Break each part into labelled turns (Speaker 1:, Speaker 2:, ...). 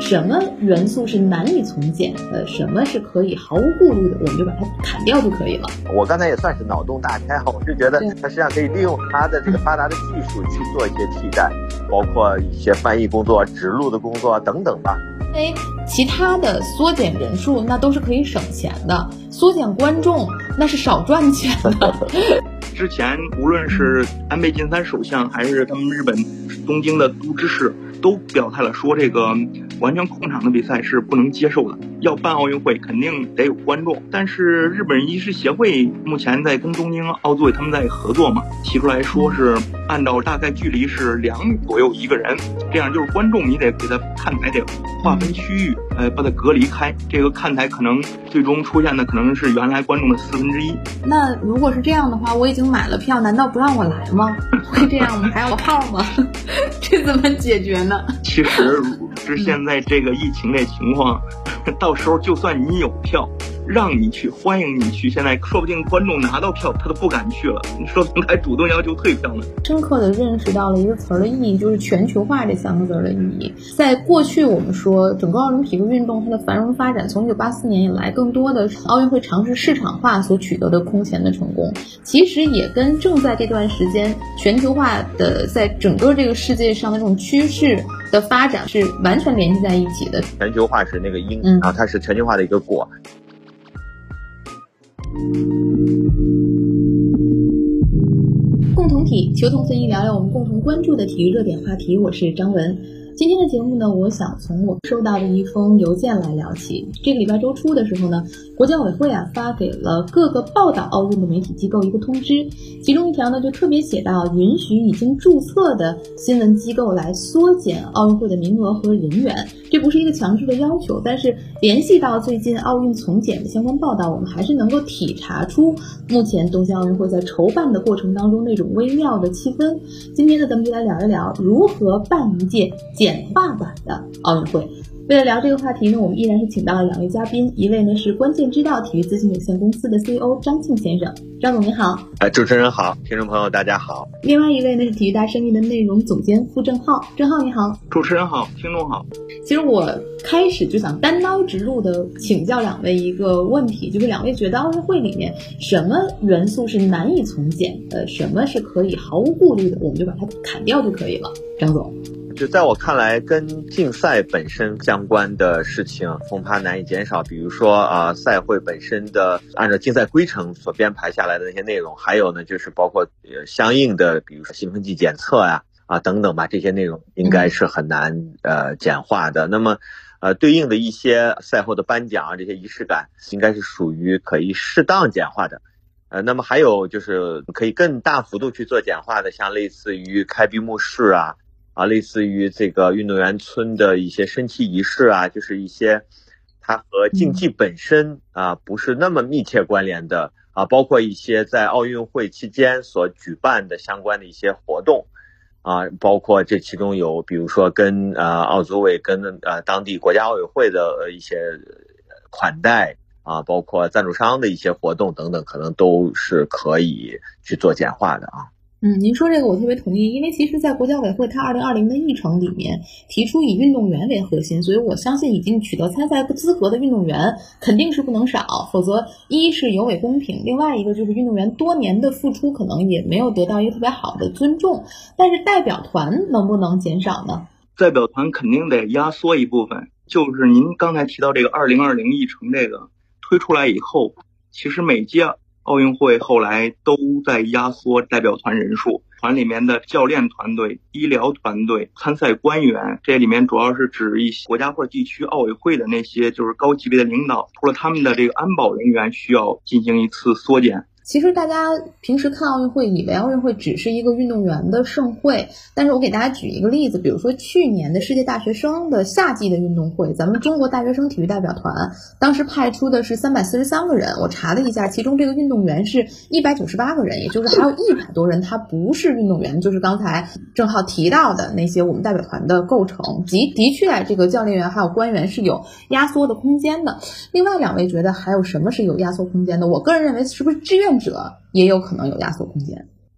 Speaker 1: 什么元素是难以从简的，什么是可以毫无顾虑的，我们就把它砍掉就可以了。
Speaker 2: 我刚才也算是脑洞大开，我是觉得它实际上可以利用它的这个发达的技术去做一些替代，包括一些翻译工作、指路的工作等等吧。
Speaker 1: 因为其他的缩减人数那都是可以省钱的，缩减观众那是少赚钱的。
Speaker 3: 之前无论是安倍晋三首相还是他们日本东京的都知事都表态了，说这个完全控场的比赛是不能接受的，要办奥运会肯定得有观众。但是日本医师协会目前在跟东京奥组委他们在合作嘛，提出来说是按照大概距离是2米左右一个人，这样就是观众你得给他看台得划分区域，把它隔离开。这个看台可能最终出现的可能是原来观众的1/4。
Speaker 1: 那如果是这样的话，我已经买了票，难道不让我来吗？会这样吗？还要号吗？这怎么解决呢？
Speaker 3: 其实是现在这个疫情这情况，到时候就算你有票，让你去，欢迎你去，现在说不定观众拿到票他都不敢去了，你说怎么还主动要求退票呢？
Speaker 1: 深刻地认识到了一个词儿的意义，就是全球化这3个字的意义。在过去我们说整个奥林匹克运动它的繁荣发展，从1984年以来，更多的奥运会尝试市场化所取得的空前的成功，其实也跟正在这段时间全球化的在整个这个世界上的这种趋势的发展是完全联系在一起的。
Speaker 2: 全球化是那个因，然后它是全球化的一个果。
Speaker 1: 共同体，求同存异，聊聊我们共同关注的体育热点话题。我是张文。今天的节目呢，我想从我收到的一封邮件来聊起。这个礼拜周初的时候呢，国际奥委会发给了各个报道奥运的媒体机构一个通知，其中一条呢就特别写到，允许已经注册的新闻机构来缩减奥运会的名额和人员。这不是一个强制的要求，但是联系到最近奥运从简的相关报道，我们还是能够体察出目前东京奥运会在筹办的过程当中那种微妙的气氛。今天呢，咱们就来聊一聊如何办一届简化版的奥运会。为了聊这个话题呢，我们依然是请到了2位嘉宾，一位呢是关键知道体育咨询有限公司的 CEO 张庆先生。张总您好。
Speaker 2: 主持人好，听众朋友大家好。
Speaker 1: 另外一位呢是体育大生命的内容总监付正浩。正浩你好。
Speaker 3: 主持人好，听众好。
Speaker 1: 其实我开始就想单刀直入的请教2位一个问题，就是2位觉得奥运会里面什么元素是难以从简的，什么是可以毫无顾虑的，我们就把它砍掉就可以了。张总。
Speaker 2: 就在我看来，跟竞赛本身相关的事情恐怕难以减少，比如说赛会本身的按照竞赛规程所编排下来的那些内容，还有呢就是包括相应的比如说兴奋剂检测等等吧，这些内容应该是很难简化的。那么对应的一些赛后的颁奖这些仪式感应该是属于可以适当简化的。那么还有就是可以更大幅度去做简化的，像类似于开闭幕式类似于这个运动员村的一些升旗仪式就是一些它和竞技本身不是那么密切关联的包括一些在奥运会期间所举办的相关的一些活动包括这其中有比如说跟奥组委跟当地国家奥委会的一些款待包括赞助商的一些活动等等，可能都是可以去做简化的
Speaker 1: 您说这个我特别同意，因为其实在国际奥委会它2020的议程里面提出以运动员为核心，所以我相信已经取得参赛资格的运动员肯定是不能少，否则一是有违公平，另外一个就是运动员多年的付出可能也没有得到一个特别好的尊重。但是代表团能不能减少呢？
Speaker 3: 代表团肯定得压缩一部分，就是您刚才提到这个2020议程这个推出来以后，其实每届奥运会后来都在压缩代表团人数，团里面的教练团队、医疗团队、参赛官员，这里面主要是指一些国家或者地区奥委会的那些就是高级别的领导，除了他们的这个安保人员需要进行一次缩减。
Speaker 1: 其实大家平时看奥运会以为奥运会只是一个运动员的盛会，但是我给大家举一个例子，比如说去年的世界大学生的夏季的运动会，咱们中国大学生体育代表团当时派出的是343个人，我查了一下，其中这个运动员是198个人，也就是还有100多人他不是运动员，就是刚才正好提到的那些我们代表团的构成，的确这个教练员还有官员是有压缩的空间的。另外2位觉得还有什么是有压缩空间的？我个人认为是不是志愿者也有可能有压缩空间？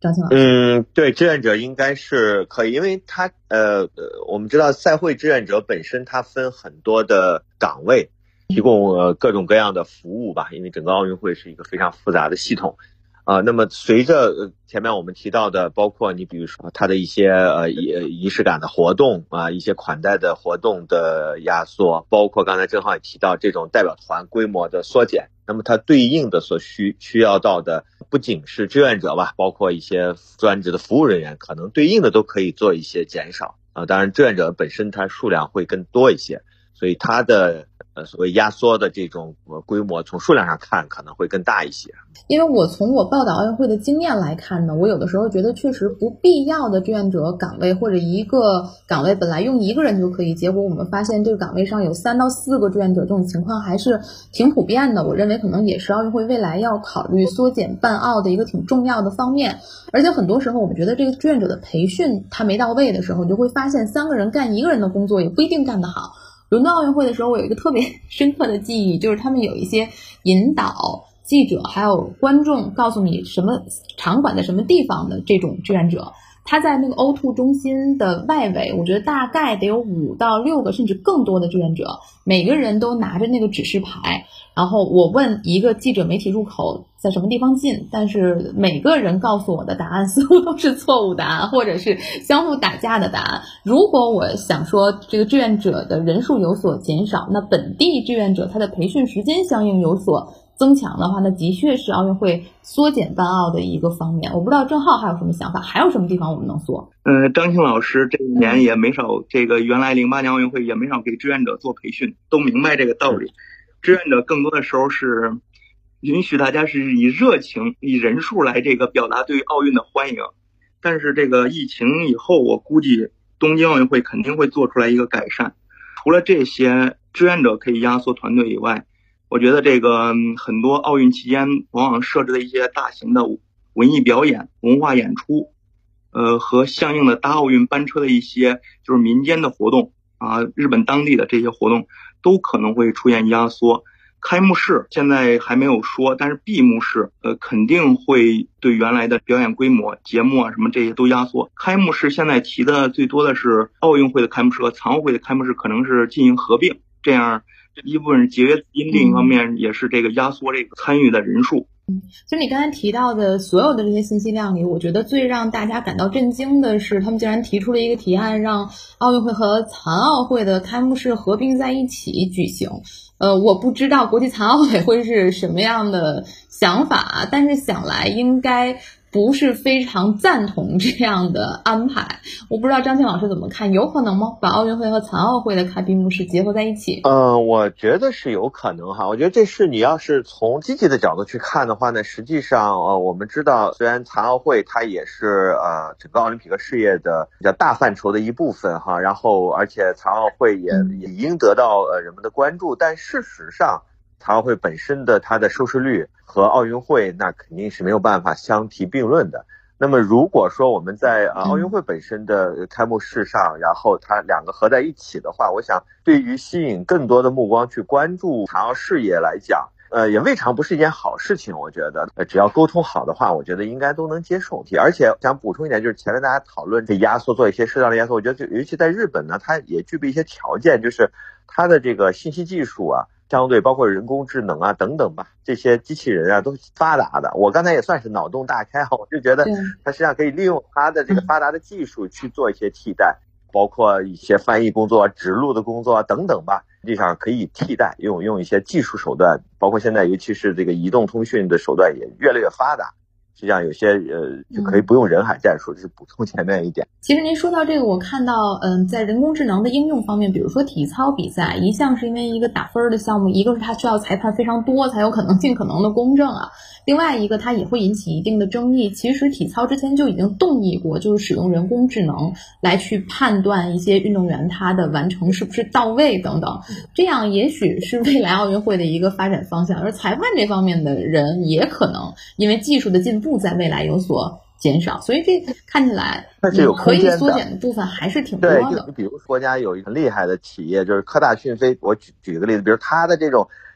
Speaker 1: 张青老师？
Speaker 2: 对，志愿者应该是可以，因为他我们知道赛会志愿者本身它分很多的岗位，提供各种各样的服务吧，因为整个奥运会是一个非常复杂的系统。那么随着前面我们提到的，包括你比如说它的一些仪式感的活动一些款待的活动的压缩，包括刚才正好也提到这种代表团规模的缩减，那么它对应的所需要到的不仅是志愿者吧，包括一些专职的服务人员，可能对应的都可以做一些减少当然志愿者本身它数量会更多一些，所以它的所谓压缩的这种规模从数量上看可能会更大一些。
Speaker 1: 因为我从我报道奥运会的经验来看呢，我有的时候觉得确实不必要的志愿者岗位，或者一个岗位本来用一个人就可以，结果我们发现这个岗位上有3到4个志愿者，这种情况还是挺普遍的。我认为可能也是奥运会未来要考虑缩减办奥的一个挺重要的方面。而且很多时候我们觉得这个志愿者的培训它没到位的时候，你就会发现3个人干1个人的工作也不一定干得好。伦敦奥运会的时候，我有一个特别深刻的记忆，就是他们有一些引导记者还有观众告诉你什么场馆的什么地方的这种志愿者，他在那个 O2 中心的外围，我觉得大概得有5到6个甚至更多的志愿者，每个人都拿着那个指示牌，然后我问一个记者媒体入口在什么地方进，但是每个人告诉我的答案似乎都是错误答案，或者是相互打架的答案。如果我想说这个志愿者的人数有所减少，那本地志愿者他的培训时间相应有所增强的话，那的确是奥运会缩减办奥的一个方面。我不知道郑浩还有什么想法，还有什么地方我们能缩？
Speaker 3: 张青老师这一年也没少，这个原来08年奥运会也没少给志愿者做培训，都明白这个道理。志愿者更多的时候是允许大家是以热情、以人数来这个表达对奥运的欢迎。但是这个疫情以后，我估计东京奥运会肯定会做出来一个改善。除了这些志愿者可以压缩团队以外，我觉得这个很多奥运期间往往设置的一些大型的文艺表演、文化演出，和相应的搭奥运班车的一些就是民间的活动日本当地的这些活动都可能会出现压缩。开幕式现在还没有说，但是闭幕式肯定会对原来的表演规模、节目什么这些都压缩。开幕式现在提的最多的是奥运会的开幕式和残奥会的开幕式可能是进行合并，这样一部分是节约资金，另一方面也是这个压缩这个参与的人数。
Speaker 1: 其实你刚才提到的所有的这些信息量里，我觉得最让大家感到震惊的是，他们竟然提出了一个提案，让奥运会和残奥会的开幕式合并在一起举行。我不知道国际残奥委会是什么样的想法，但是想来应该不是非常赞同这样的安排。我不知道张青老师怎么看，有可能吗？把奥运会和残奥会的开闭幕式结合在一起？
Speaker 2: 我觉得是有可能哈。我觉得这是你要是从积极的角度去看的话呢，实际上我们知道，虽然残奥会它也是整个奥林匹克事业的比较大范畴的一部分哈，然后而且残奥会也理应得到人们的关注，但事实上残奥会本身的它的收视率和奥运会那肯定是没有办法相提并论的。那么如果说我们在奥运会本身的开幕式上，然后它两个合在一起的话，我想对于吸引更多的目光去关注残奥事业来讲，也未尝不是一件好事情。我觉得只要沟通好的话，我觉得应该都能接受。而且想补充一点，就是前面大家讨论这压缩做一些适当的压缩，我觉得尤其在日本呢，它也具备一些条件，就是它的这个信息技术相对包括人工智能等等吧，这些机器人都发达的。我刚才也算是脑洞大开我就觉得它实际上可以利用它的这个发达的技术去做一些替代，包括一些翻译工作、指路的工作等等吧，实际上可以替代，用一些技术手段，包括现在尤其是这个移动通讯的手段也越来越发达。实际上有些就可以不用人海战术，这是补充前面一点。
Speaker 1: 其实您说到这个，我看到在人工智能的应用方面，比如说体操比赛，一项是因为一个打分的项目，一个是它需要裁判非常多才有可能尽可能的公正另外一个它也会引起一定的争议。其实体操之前就已经动议过，就是使用人工智能来去判断一些运动员他的完成是不是到位等等，这样也许是未来奥运会的一个发展方向。而裁判这方面的人也可能因为技术的进步在未来有所减少，所以这看起来可以缩减的部分还是挺多的。
Speaker 2: 对，就比如国家有一个很厉害的企业，就是科大讯飞，我举个例子，比如它的这种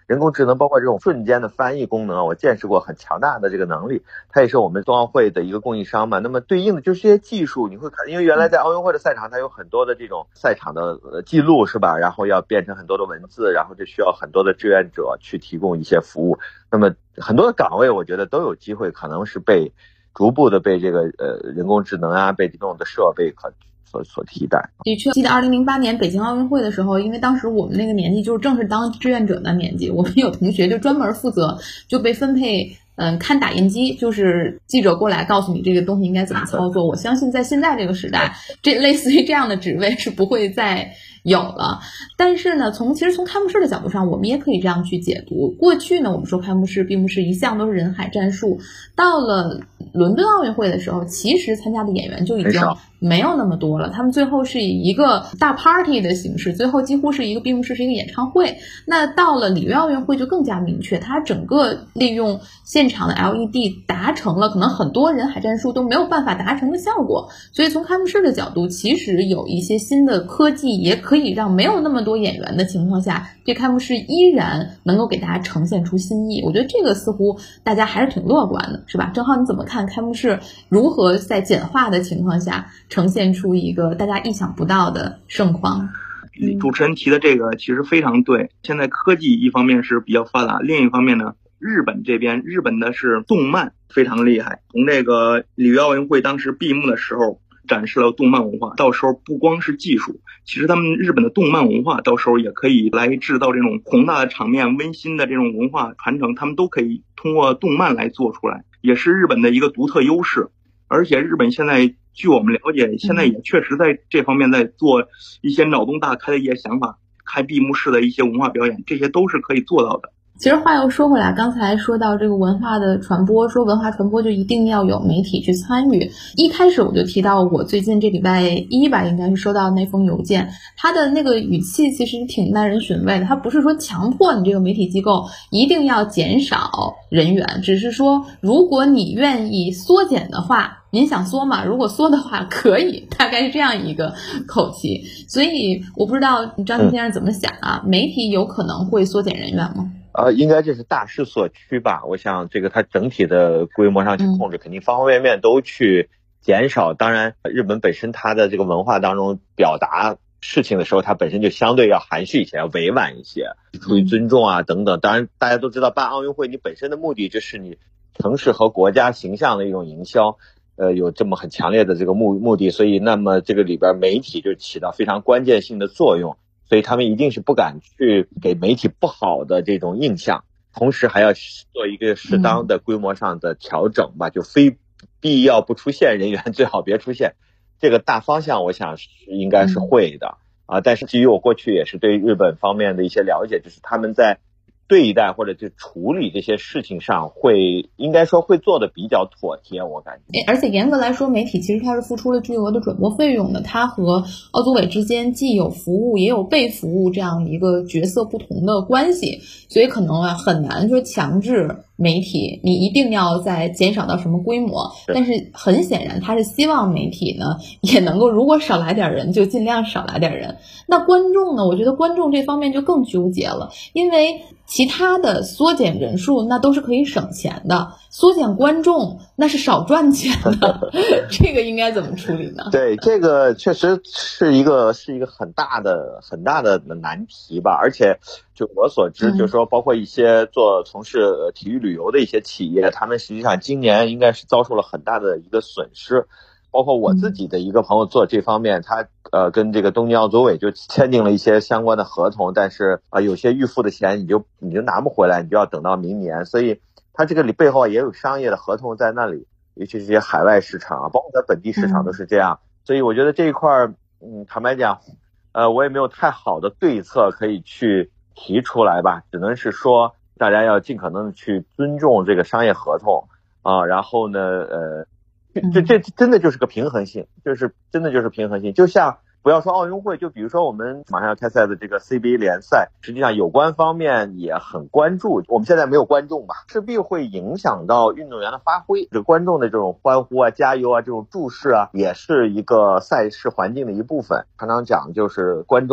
Speaker 2: 人工智能包括这种瞬间的翻译功能，我见识过很强大的这个能力，它也是我们冬奥会的一个供应商嘛。那么对应的就是这些技术，你会看，因为原来在奥运会的赛场，它有很多的这种赛场的记录是吧？然后要变成很多的文字，然后就需要很多的志愿者去提供一些服务。那么很多的岗位，我觉得都有机会可能是被逐步的被这个人工智能啊，被这种的设备所替代。
Speaker 1: 的确，记得2008年北京奥运会的时候，因为当时我们那个年纪就是正是当志愿者的年纪，我们有同学就专门负责就被分配看打印机，就是记者过来告诉你这个东西应该怎么操作。我相信在现在这个时代，这类似于这样的职位是不会再有了。但是呢，其实从开幕式的角度上，我们也可以这样去解读。过去呢，我们说开幕式并不是一向都是人海战术，到了伦敦奥运会的时候，其实参加的演员就已经没有那么多了，他们最后是以一个大 party 的形式，最后几乎是一个闭幕式，是一个演唱会。那到了里约奥运会就更加明确，它整个利用现场的 LED 达成了可能很多人海战术都没有办法达成的效果。所以从开幕式的角度，其实有一些新的科技也可以让没有那么多演员的情况下，这开幕式依然能够给大家呈现出新意。我觉得这个似乎大家还是挺乐观的，是吧？正好你怎么看开幕式如何在简化的情况下呈现出一个大家意想不到的盛况？
Speaker 3: 主持人提的这个其实非常对。现在科技一方面是比较发达，另一方面呢，日本这边日本的是动漫非常厉害。从这个里约奥运会当时闭幕的时候展示了动漫文化，到时候不光是技术，其实他们日本的动漫文化到时候也可以来制造这种宏大的场面，温馨的这种文化传承，他们都可以通过动漫来做出来，也是日本的一个独特优势。而且日本现在据我们了解，现在也确实在这方面在做一些脑洞大开的一些想法，开闭幕式的一些文化表演，这些都是可以做到的。
Speaker 1: 其实话又说回来，刚才说到这个文化的传播，说文化传播就一定要有媒体去参与。一开始我就提到我最近这礼拜一吧，应该是收到那封邮件，他的那个语气其实挺耐人寻味的。他不是说强迫你这个媒体机构一定要减少人员，只是说如果你愿意缩减的话，您想缩吗？如果缩的话可以，大概是这样一个口气。所以我不知道张明先生怎么想啊？媒体有可能会缩减人员吗？
Speaker 2: 应该这是大势所趋吧。我想这个它整体的规模上去控制，肯定方方面面都去减少。当然，日本本身它的这个文化当中表达事情的时候，它本身就相对要含蓄一些，要委婉一些，出于尊重啊等等。当然，大家都知道办奥运会，你本身的目的就是你城市和国家形象的一种营销。有这么很强烈的这个目的，所以那么这个里边媒体就起到非常关键性的作用。所以他们一定是不敢去给媒体不好的这种印象，同时还要做一个适当的规模上的调整吧，就非必要不出现人员最好别出现，这个大方向我想是应该是会的啊。但是基于我过去也是对日本方面的一些了解，就是他们在对待或者就处理这些事情上应该说会做的比较妥帖，我感觉。
Speaker 1: 而且严格来说，媒体其实它是付出了巨额的转播费用的，它和奥组委之间既有服务也有被服务这样一个角色不同的关系，所以可能很难说强制媒体你一定要再减少到什么规模。但是很显然他是希望媒体呢也能够，如果少来点人就尽量少来点人。那观众呢，我觉得观众这方面就更纠结了，因为其他的缩减人数那都是可以省钱的，缩减观众那是少赚钱的这个应该怎么处理呢？
Speaker 2: 对，这个确实是一个很大的难题吧。而且就我所知，就是说包括一些从事体育旅游的一些企业，他们实际上今年应该是遭受了很大的一个损失。包括我自己的一个朋友做这方面，他跟这个东京奥组委就签订了一些相关的合同，但是有些预付的钱你就拿不回来，你就要等到明年。所以他这个里背后也有商业的合同在那里，尤其是这些海外市场啊，包括在本地市场都是这样。所以我觉得这一块坦白讲我也没有太好的对策可以去提出来吧，只能是说大家要尽可能的去尊重这个商业合同然后呢这真的就是个平衡性，真的就是平衡性。就像不要说奥运会，就比如说我们马上要开赛的这个 CBA 联赛，实际上有关方面也很关注。我们现在没有观众吧，势必会影响到运动员的发挥。这个观众的这种欢呼啊、加油啊、这种注视啊，也是一个赛事环境的一部分。常常讲就是观众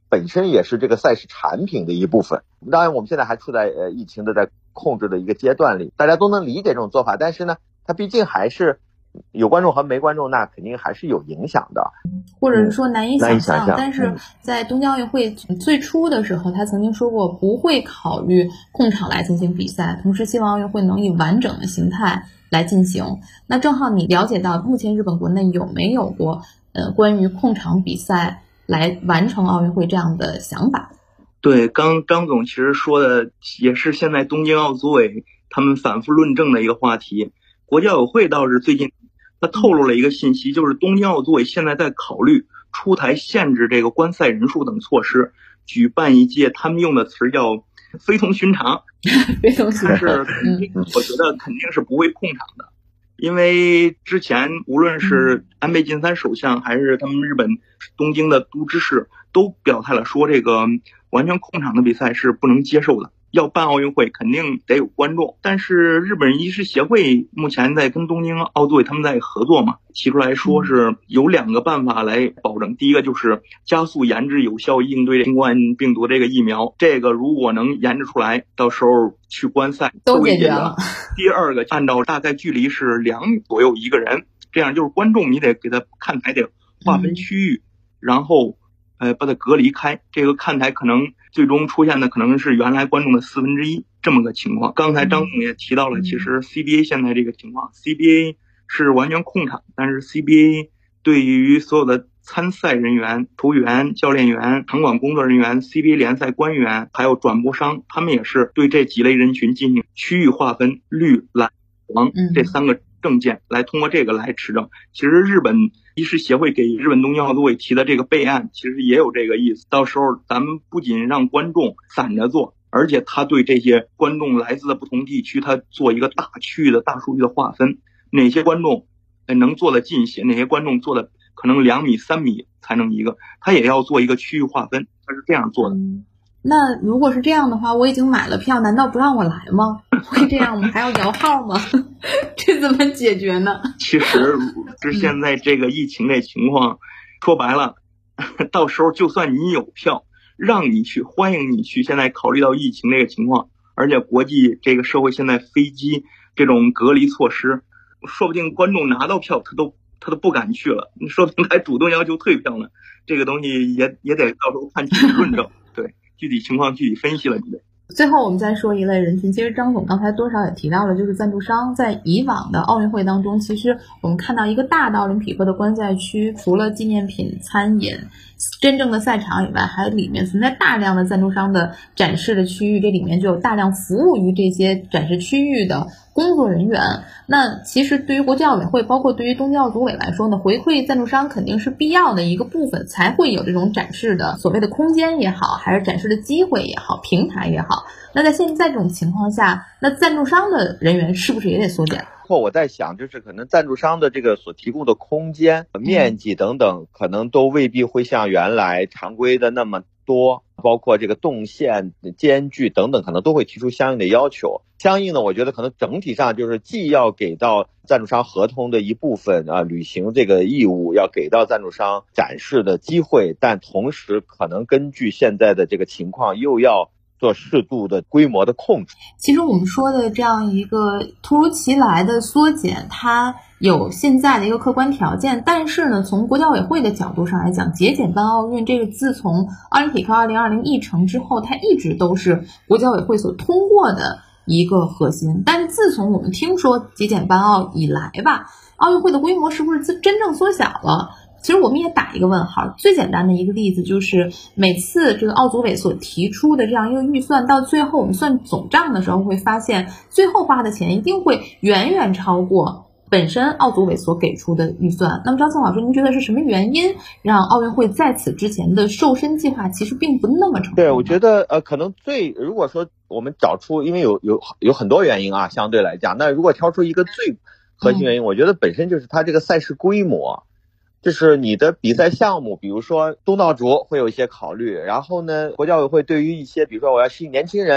Speaker 2: 本身也是这个赛事产品的一部分。当然我们现在还处在疫情的在控制的一个阶段里，大家都能理解这种做法，但是呢它毕竟还是有观众和没观众，那肯定还是有影响的，
Speaker 1: 或者是说难以想象。但是在东京奥运会最初的时候，他曾经说过不会考虑控场来进行比赛，同时希望奥运会能以完整的形态来进行。那正好你了解到目前日本国内有没有过关于控场比赛来完成奥运会这样的想法？
Speaker 3: 对，张总其实说的也是现在东京奥组委他们反复论证的一个话题。国际奥委会倒是最近他透露了一个信息，就是东京奥组委现在在考虑出台限制这个观赛人数等措施，举办一届他们用的词叫非同寻常。
Speaker 1: 非同寻常，
Speaker 3: 但是我觉得肯定是不会控场的，因为之前无论是安倍晋三首相还是他们日本东京的都知事都表态了，说这个完全控场的比赛是不能接受的，要办奥运会肯定得有观众。但是日本医师协会目前在跟东京奥组委他们在合作嘛，提出来说是有2个办法来保证。第一个就是加速研制有效应对新冠病毒这个疫苗，这个如果能研制出来，到时候去观赛
Speaker 1: 都解决了。
Speaker 3: 第二个，按照大概距离是2米左右一个人，这样就是观众你得给他看台得划分区域，然后把它隔离开，这个看台可能最终出现的可能是原来观众的1/4这么个情况。刚才张总也提到了，其实 CBA 现在这个情况， CBA 是完全控场，但是 CBA 对于所有的参赛人员、球员、教练员、场馆工作人员、CBA 联赛官员还有转播商，他们也是对这几类人群进行区域划分，绿、蓝、黄这3个证件来通过这个来持证。其实日本医师协会给日本东京奥组委提的这个备案其实也有这个意思，到时候咱们不仅让观众散着做，而且他对这些观众来自的不同地区他做一个大区域的大数据的划分，哪些观众能做的近些，哪些观众做的可能2米3米才能一个，他也要做一个区域划分，他是这样做的。
Speaker 1: 那如果是这样的话，我已经买了票，难道不让我来吗？会这样吗？还要摇号吗？这怎么解决呢？
Speaker 3: 其实是现在这个疫情这情况，说白了，到时候就算你有票，让你去，欢迎你去。现在考虑到疫情这个情况，而且国际这个社会现在飞机这种隔离措施，说不定观众拿到票他都不敢去了，你说不定还主动要求退票呢。这个东西也得到时候看具体论证，对具体情况具体分析了你得。
Speaker 1: 最后我们再说一类人群，其实张总刚才多少也提到了，就是赞助商。在以往的奥运会当中，其实我们看到一个大的奥林匹克的观赛区，除了纪念品、餐饮、真正的赛场以外，还里面存在大量的赞助商的展示的区域，这里面就有大量服务于这些展示区域的工作人员。那其实对于国际奥委会，包括对于东京奥组委来说呢，回馈赞助商肯定是必要的一个部分，才会有这种展示的所谓的空间也好，还是展示的机会也好，平台也好。那在现在这种情况下，那赞助商的人员是不是也得缩减？
Speaker 2: 我在想，就是可能赞助商的这个所提供的空间、面积等等，可能都未必会像原来常规的那么多，包括这个动线、间距等等，可能都会提出相应的要求。相应的，我觉得可能整体上就是既要给到赞助商合同的一部分履行这个义务，要给到赞助商展示的机会，但同时可能根据现在的这个情况，又要做适度的规模的控制。
Speaker 1: 其实我们说的这样一个突如其来的缩减，它有现在的一个客观条件，但是呢，从国际奥委会的角度上来讲，节俭办奥运这个自从奥林匹克2020议程之后，它一直都是国际奥委会所通过的一个核心。但是自从我们听说节俭办奥以来吧，奥运会的规模是不是真正缩小了？其实我们也打一个问号。最简单的一个例子就是每次这个奥组委所提出的这样一个预算，到最后我们算总账的时候会发现，最后花的钱一定会远远超过本身奥组委所给出的预算。那么张颂老师，您觉得是什么原因让奥运会在此之前的瘦身计划其实并不那么成功？
Speaker 2: 对，我觉得可能如果说我们找出，因为有很多原因啊，相对来讲，那如果挑出一个最核心原因，我觉得本身就是它这个赛事规模。就是你的比赛项目，比如说东道主会有一些考虑，然后呢，国际奥委会对于一些，比如说我要吸引年轻人，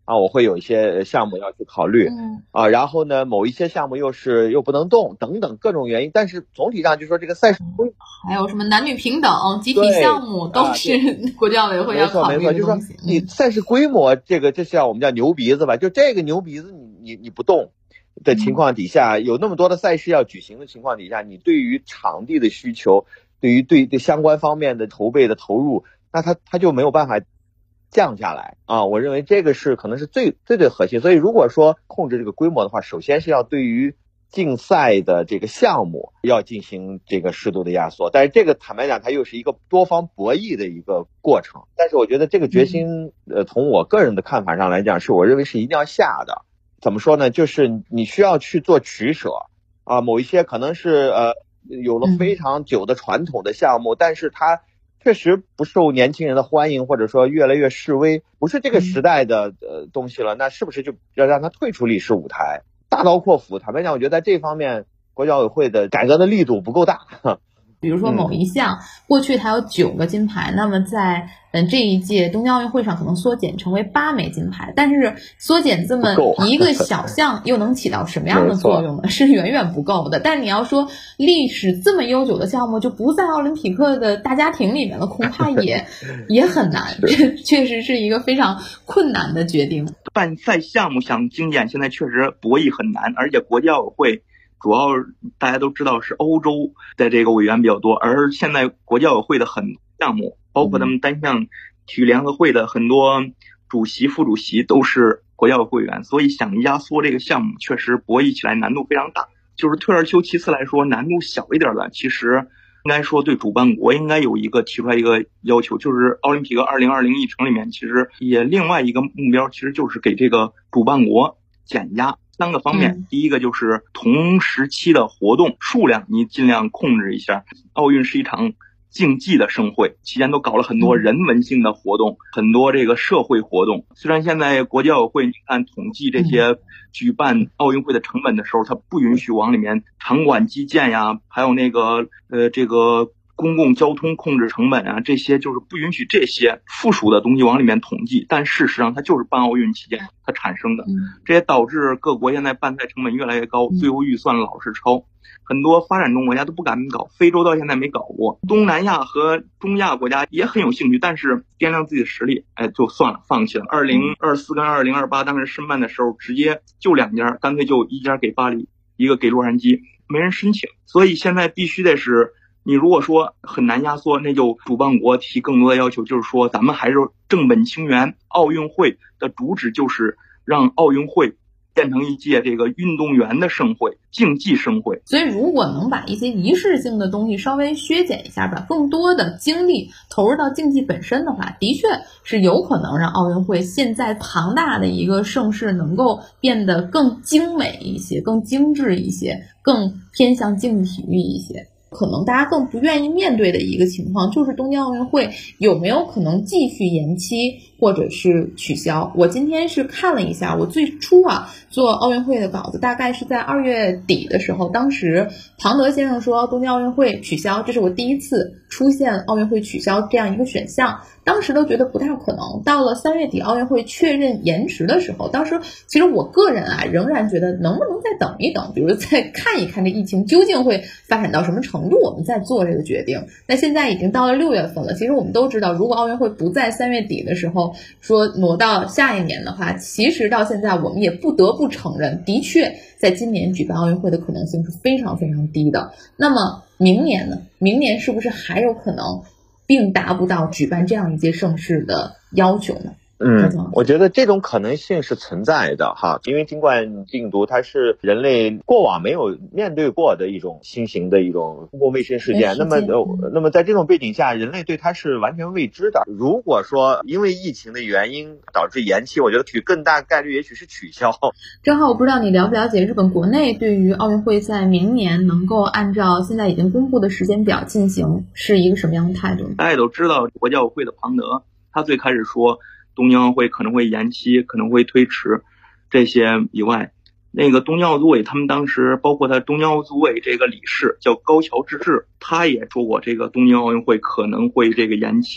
Speaker 2: 啊，我会有一些项目要去考虑，然后呢，某一些项目又不能动，等等各种原因。但是总体上就说这个赛事
Speaker 1: 还有什么男女平等、集体项目都是国际奥委会要考虑的东西。
Speaker 2: 就是说你赛事规模这是我们叫牛鼻子吧，就这个牛鼻子你不动的情况底下，有那么多的赛事要举行的情况底下，你对于场地的需求，对相关方面的筹备的投入，那它就没有办法降下来啊，我认为这个可能是最核心。所以如果说控制这个规模的话，首先是要对于竞赛的这个项目要进行这个适度的压缩，但是这个坦白讲它又是一个多方博弈的一个过程。但是我觉得这个决心从我个人的看法上来讲，是我认为是一定要下的。怎么说呢，就是你需要去做取舍啊，某一些可能是有了非常久的传统的项目，但是它确实不受年轻人的欢迎，或者说越来越式微，不是这个时代的东西了，那是不是就要让它退出历史舞台？大刀阔斧，坦白讲，我觉得在这方面国际奥委会的改革的力度不够大。
Speaker 1: 比如说某一项，过去它有9个金牌，那么在这一届东京奥运会上可能缩减成为8枚金牌，但是缩减这么一个小项又能起到什么样的作用呢？是远远不够的。但你要说历史这么悠久的项目就不在奥林匹克的大家庭里面了，恐怕也很难。这确实是一个非常困难的决定。
Speaker 3: 办赛项目想精简，现在确实博弈很难，而且国际奥委会主要大家都知道是欧洲的这个委员比较多，而现在国际奥委会的很多项目，包括他们单项体育联合会的很多主席、副主席都是国际奥委会委员，所以想压缩这个项目，确实博弈起来难度非常大。就是退而求其次来说，难度小一点的，其实应该说对主办国应该有提出来一个要求，就是奥林匹克2020议程里面，其实也另外一个目标，其实就是给这个主办国减压。3个方面，第一个就是同时期的活动数量你尽量控制一下。奥运是一场竞技的盛会，期间都搞了很多人文性的活动，很多这个社会活动。虽然现在国际奥委会你看统计这些举办奥运会的成本的时候，它不允许往里面场馆基建呀，还有那个这个公共交通控制成本啊，这些就是不允许这些附属的东西往里面统计，但事实上它就是办奥运期间它产生的，这也导致各国现在办赛成本越来越高，最后预算老是超，很多发展中国家都不敢搞，非洲到现在没搞过，东南亚和中亚国家也很有兴趣，但是掂量自己的实力，就算了，放弃了。2024跟2028当时申办的时候，直接就2家，干脆就1家给巴黎，一个给洛杉矶，没人申请，所以现在必须得是。你如果说很难压缩，那就主办国提更多的要求，就是说咱们还是正本清源，奥运会的主旨就是让奥运会变成一届这个运动员的盛会，竞技盛会。
Speaker 1: 所以如果能把一些仪式性的东西稍微削减一下，把更多的精力投入到竞技本身的话，的确是有可能让奥运会现在庞大的一个盛事能够变得更精美一些，更精致一些，更偏向竞技体育一些。可能大家更不愿意面对的一个情况，就是东京奥运会有没有可能继续延期或者是取消。我今天是看了一下，我最初做奥运会的稿子大概是在2月底的时候，当时庞德先生说东京奥运会取消，这是我第一次出现奥运会取消这样一个选项，当时都觉得不大可能。到了3月底奥运会确认延迟的时候，当时其实我个人仍然觉得能不能再等一等，比如再看一看这疫情究竟会发展到什么程度，我们再做这个决定。那现在已经到了6月份了，其实我们都知道，如果奥运会不在3月底的时候说挪到下一年的话，其实到现在我们也不得不承认，的确在今年举办奥运会的可能性是非常非常低的。那么明年呢？明年是不是还有可能并达不到举办这样一届盛事的要求呢？
Speaker 2: 我觉得这种可能性是存在的哈，因为新冠病毒它是人类过往没有面对过的一种新型的一种公共卫生事件，那么在这种背景下，人类对它是完全未知的。如果说因为疫情的原因导致延期，我觉得更大概率也许是取消。
Speaker 1: 正好我不知道你了不了解日本国内对于奥运会在明年能够按照现在已经公布的时间表进行是一个什么样的态度？
Speaker 3: 大家也都知道，国际奥委会的庞德他最开始说东京奥运会可能会延期，可能会推迟，这些以外，那个东京奥组委他们当时包括他东京奥组委这个理事叫高桥智志，他也说过这个东京奥运会可能会这个延期，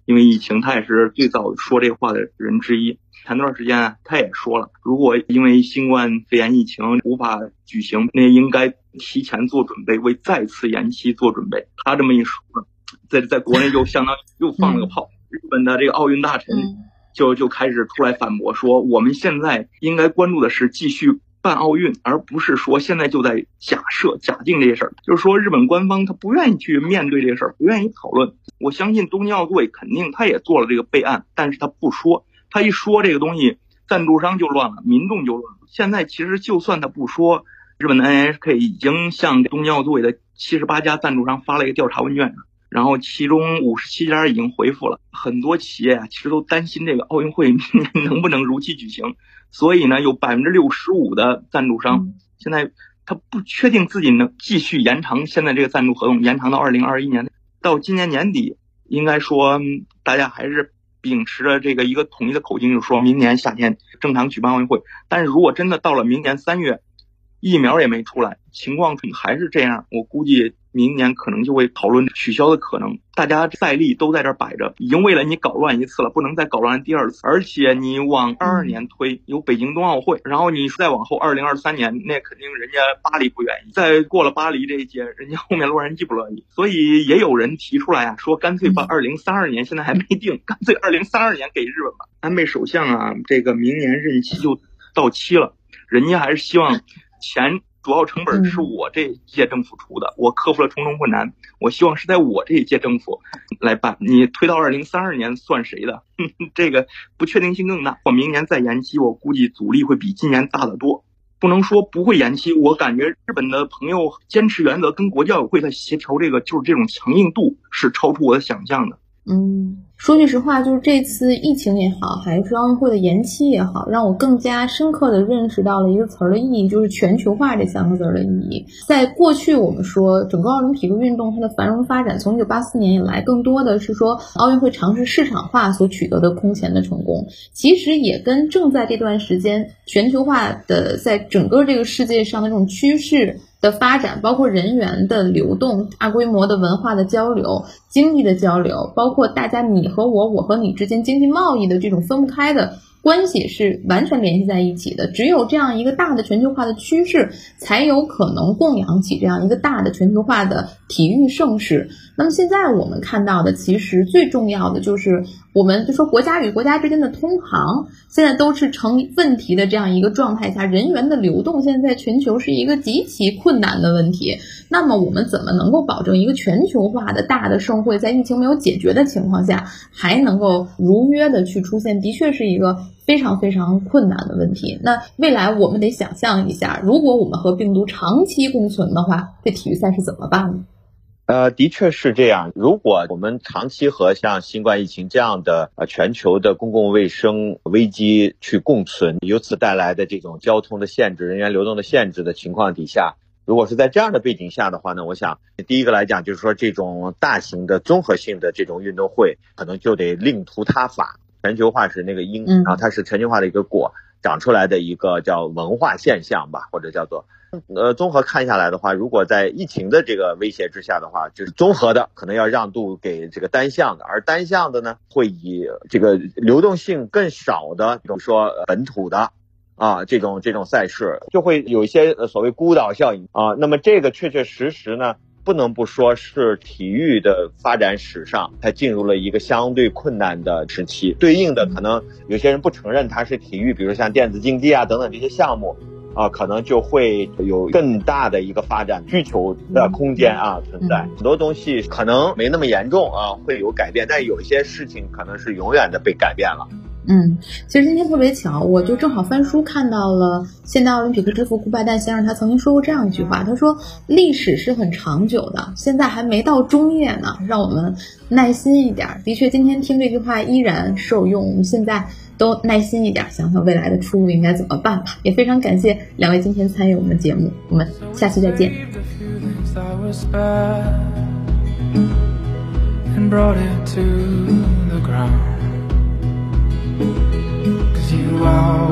Speaker 3: 因为疫情，他也是最早说这话的人之一。前段时间啊，他也说了，如果因为新冠肺炎疫情无法举行，那应该提前做准备，为再次延期做准备。他这么一说，在国内就相当于又放了个炮。日本的这个奥运大臣就开始出来反驳说，我们现在应该关注的是继续办奥运，而不是说现在就在假定这些事儿。就是说日本官方他不愿意去面对这个事儿，不愿意讨论。我相信东京奥组委肯定他也做了这个备案，但是他不说，他一说这个东西，赞助商就乱了，民众就乱了。现在其实就算他不说，日本的 NHK 已经向东京奥组委的78家赞助商发了一个调查问卷，然后其中57家已经回复了。很多企业其实都担心这个奥运会明年能不能如期举行，所以呢，有65%的赞助商现在他不确定自己能继续延长现在这个赞助合同，延长到2021年，到今年年底。应该说大家还是秉持着这个一个统一的口径，就是说明年夏天正常举办奥运会。但是如果真的到了明年3月，疫苗也没出来，情况还是这样，我估计明年可能就会讨论取消的可能。大家赛力都在这儿摆着，已经为了你搞乱一次了，不能再搞乱第二次。而且你往22年推，有北京冬奥会，然后你再往后2023年，那肯定人家巴黎不愿意，再过了巴黎这一届，人家后面洛杉矶不乐意。所以也有人提出来啊，说干脆把2032年现在还没定，干脆2032年给日本吧。安倍首相啊，这个明年任期就到期了，人家还是希望钱主要成本是我这一届政府出的，我克服了重重困难，我希望是在我这一届政府来办。你推到2032年算谁的？这个不确定性更大。我明年再延期，我估计阻力会比今年大得多。不能说不会延期，我感觉日本的朋友坚持原则跟国际奥委会的协调，这个就是这种强硬度是超出我的想象的。
Speaker 1: 说句实话，就是这次疫情也好，还是奥运会的延期也好，让我更加深刻地认识到了一个词儿的意义，就是全球化这3个字的意义。在过去我们说整个奥林匹克运动它的繁荣发展，从1984年以来，更多的是说奥运会尝试市场化所取得的空前的成功，其实也跟正在这段时间全球化的在整个这个世界上的这种趋势的发展，包括人员的流动、大规模的文化的交流、经济的交流，包括大家你和我，我和你之间经济贸易的这种分不开的关系是完全联系在一起的。只有这样一个大的全球化的趋势，才有可能供养起这样一个大的全球化的体育盛世。那么现在我们看到的，其实最重要的就是我们就说国家与国家之间的通航现在都是成问题的这样一个状态下，人员的流动现在在全球是一个极其困难的问题。那么我们怎么能够保证一个全球化的大的盛会在疫情没有解决的情况下还能够如约的去出现，的确是一个非常非常困难的问题。那未来我们得想象一下，如果我们和病毒长期共存的话，这体育赛事怎么办呢？
Speaker 2: 的确是这样。如果我们长期和像新冠疫情这样的全球的公共卫生危机去共存，由此带来的这种交通的限制、人员流动的限制的情况底下，如果是在这样的背景下的话呢，我想第一个来讲就是说，这种大型的综合性的这种运动会可能就得另图他法。全球化是那个因，然后它是全球化的一个果，长出来的一个叫文化现象吧，或者叫做综合看下来的话，如果在疫情的这个威胁之下的话，就是综合的可能要让渡给这个单项的，而单项的呢会以这个流动性更少的，比如说本土的这种赛事就会有一些所谓孤岛效应那么这个确确实实呢，不能不说是体育的发展史上它进入了一个相对困难的时期。对应的可能有些人不承认它是体育，比如像电子竞技等等这些项目可能就会有更大的一个发展需求的空间存在。很多东西可能没那么严重会有改变，但有一些事情可能是永远的被改变了。
Speaker 1: 其实今天特别巧，我就正好翻书看到了现代奥林匹克之父顾拜旦先生，他曾经说过这样一句话，他说历史是很长久的，现在还没到中叶呢，让我们耐心一点。的确今天听这句话依然受用，我们现在都耐心一点，想想未来的出路应该怎么办吧。也非常感谢两位今天参与我们的节目，我们下期再见。
Speaker 4: Wow.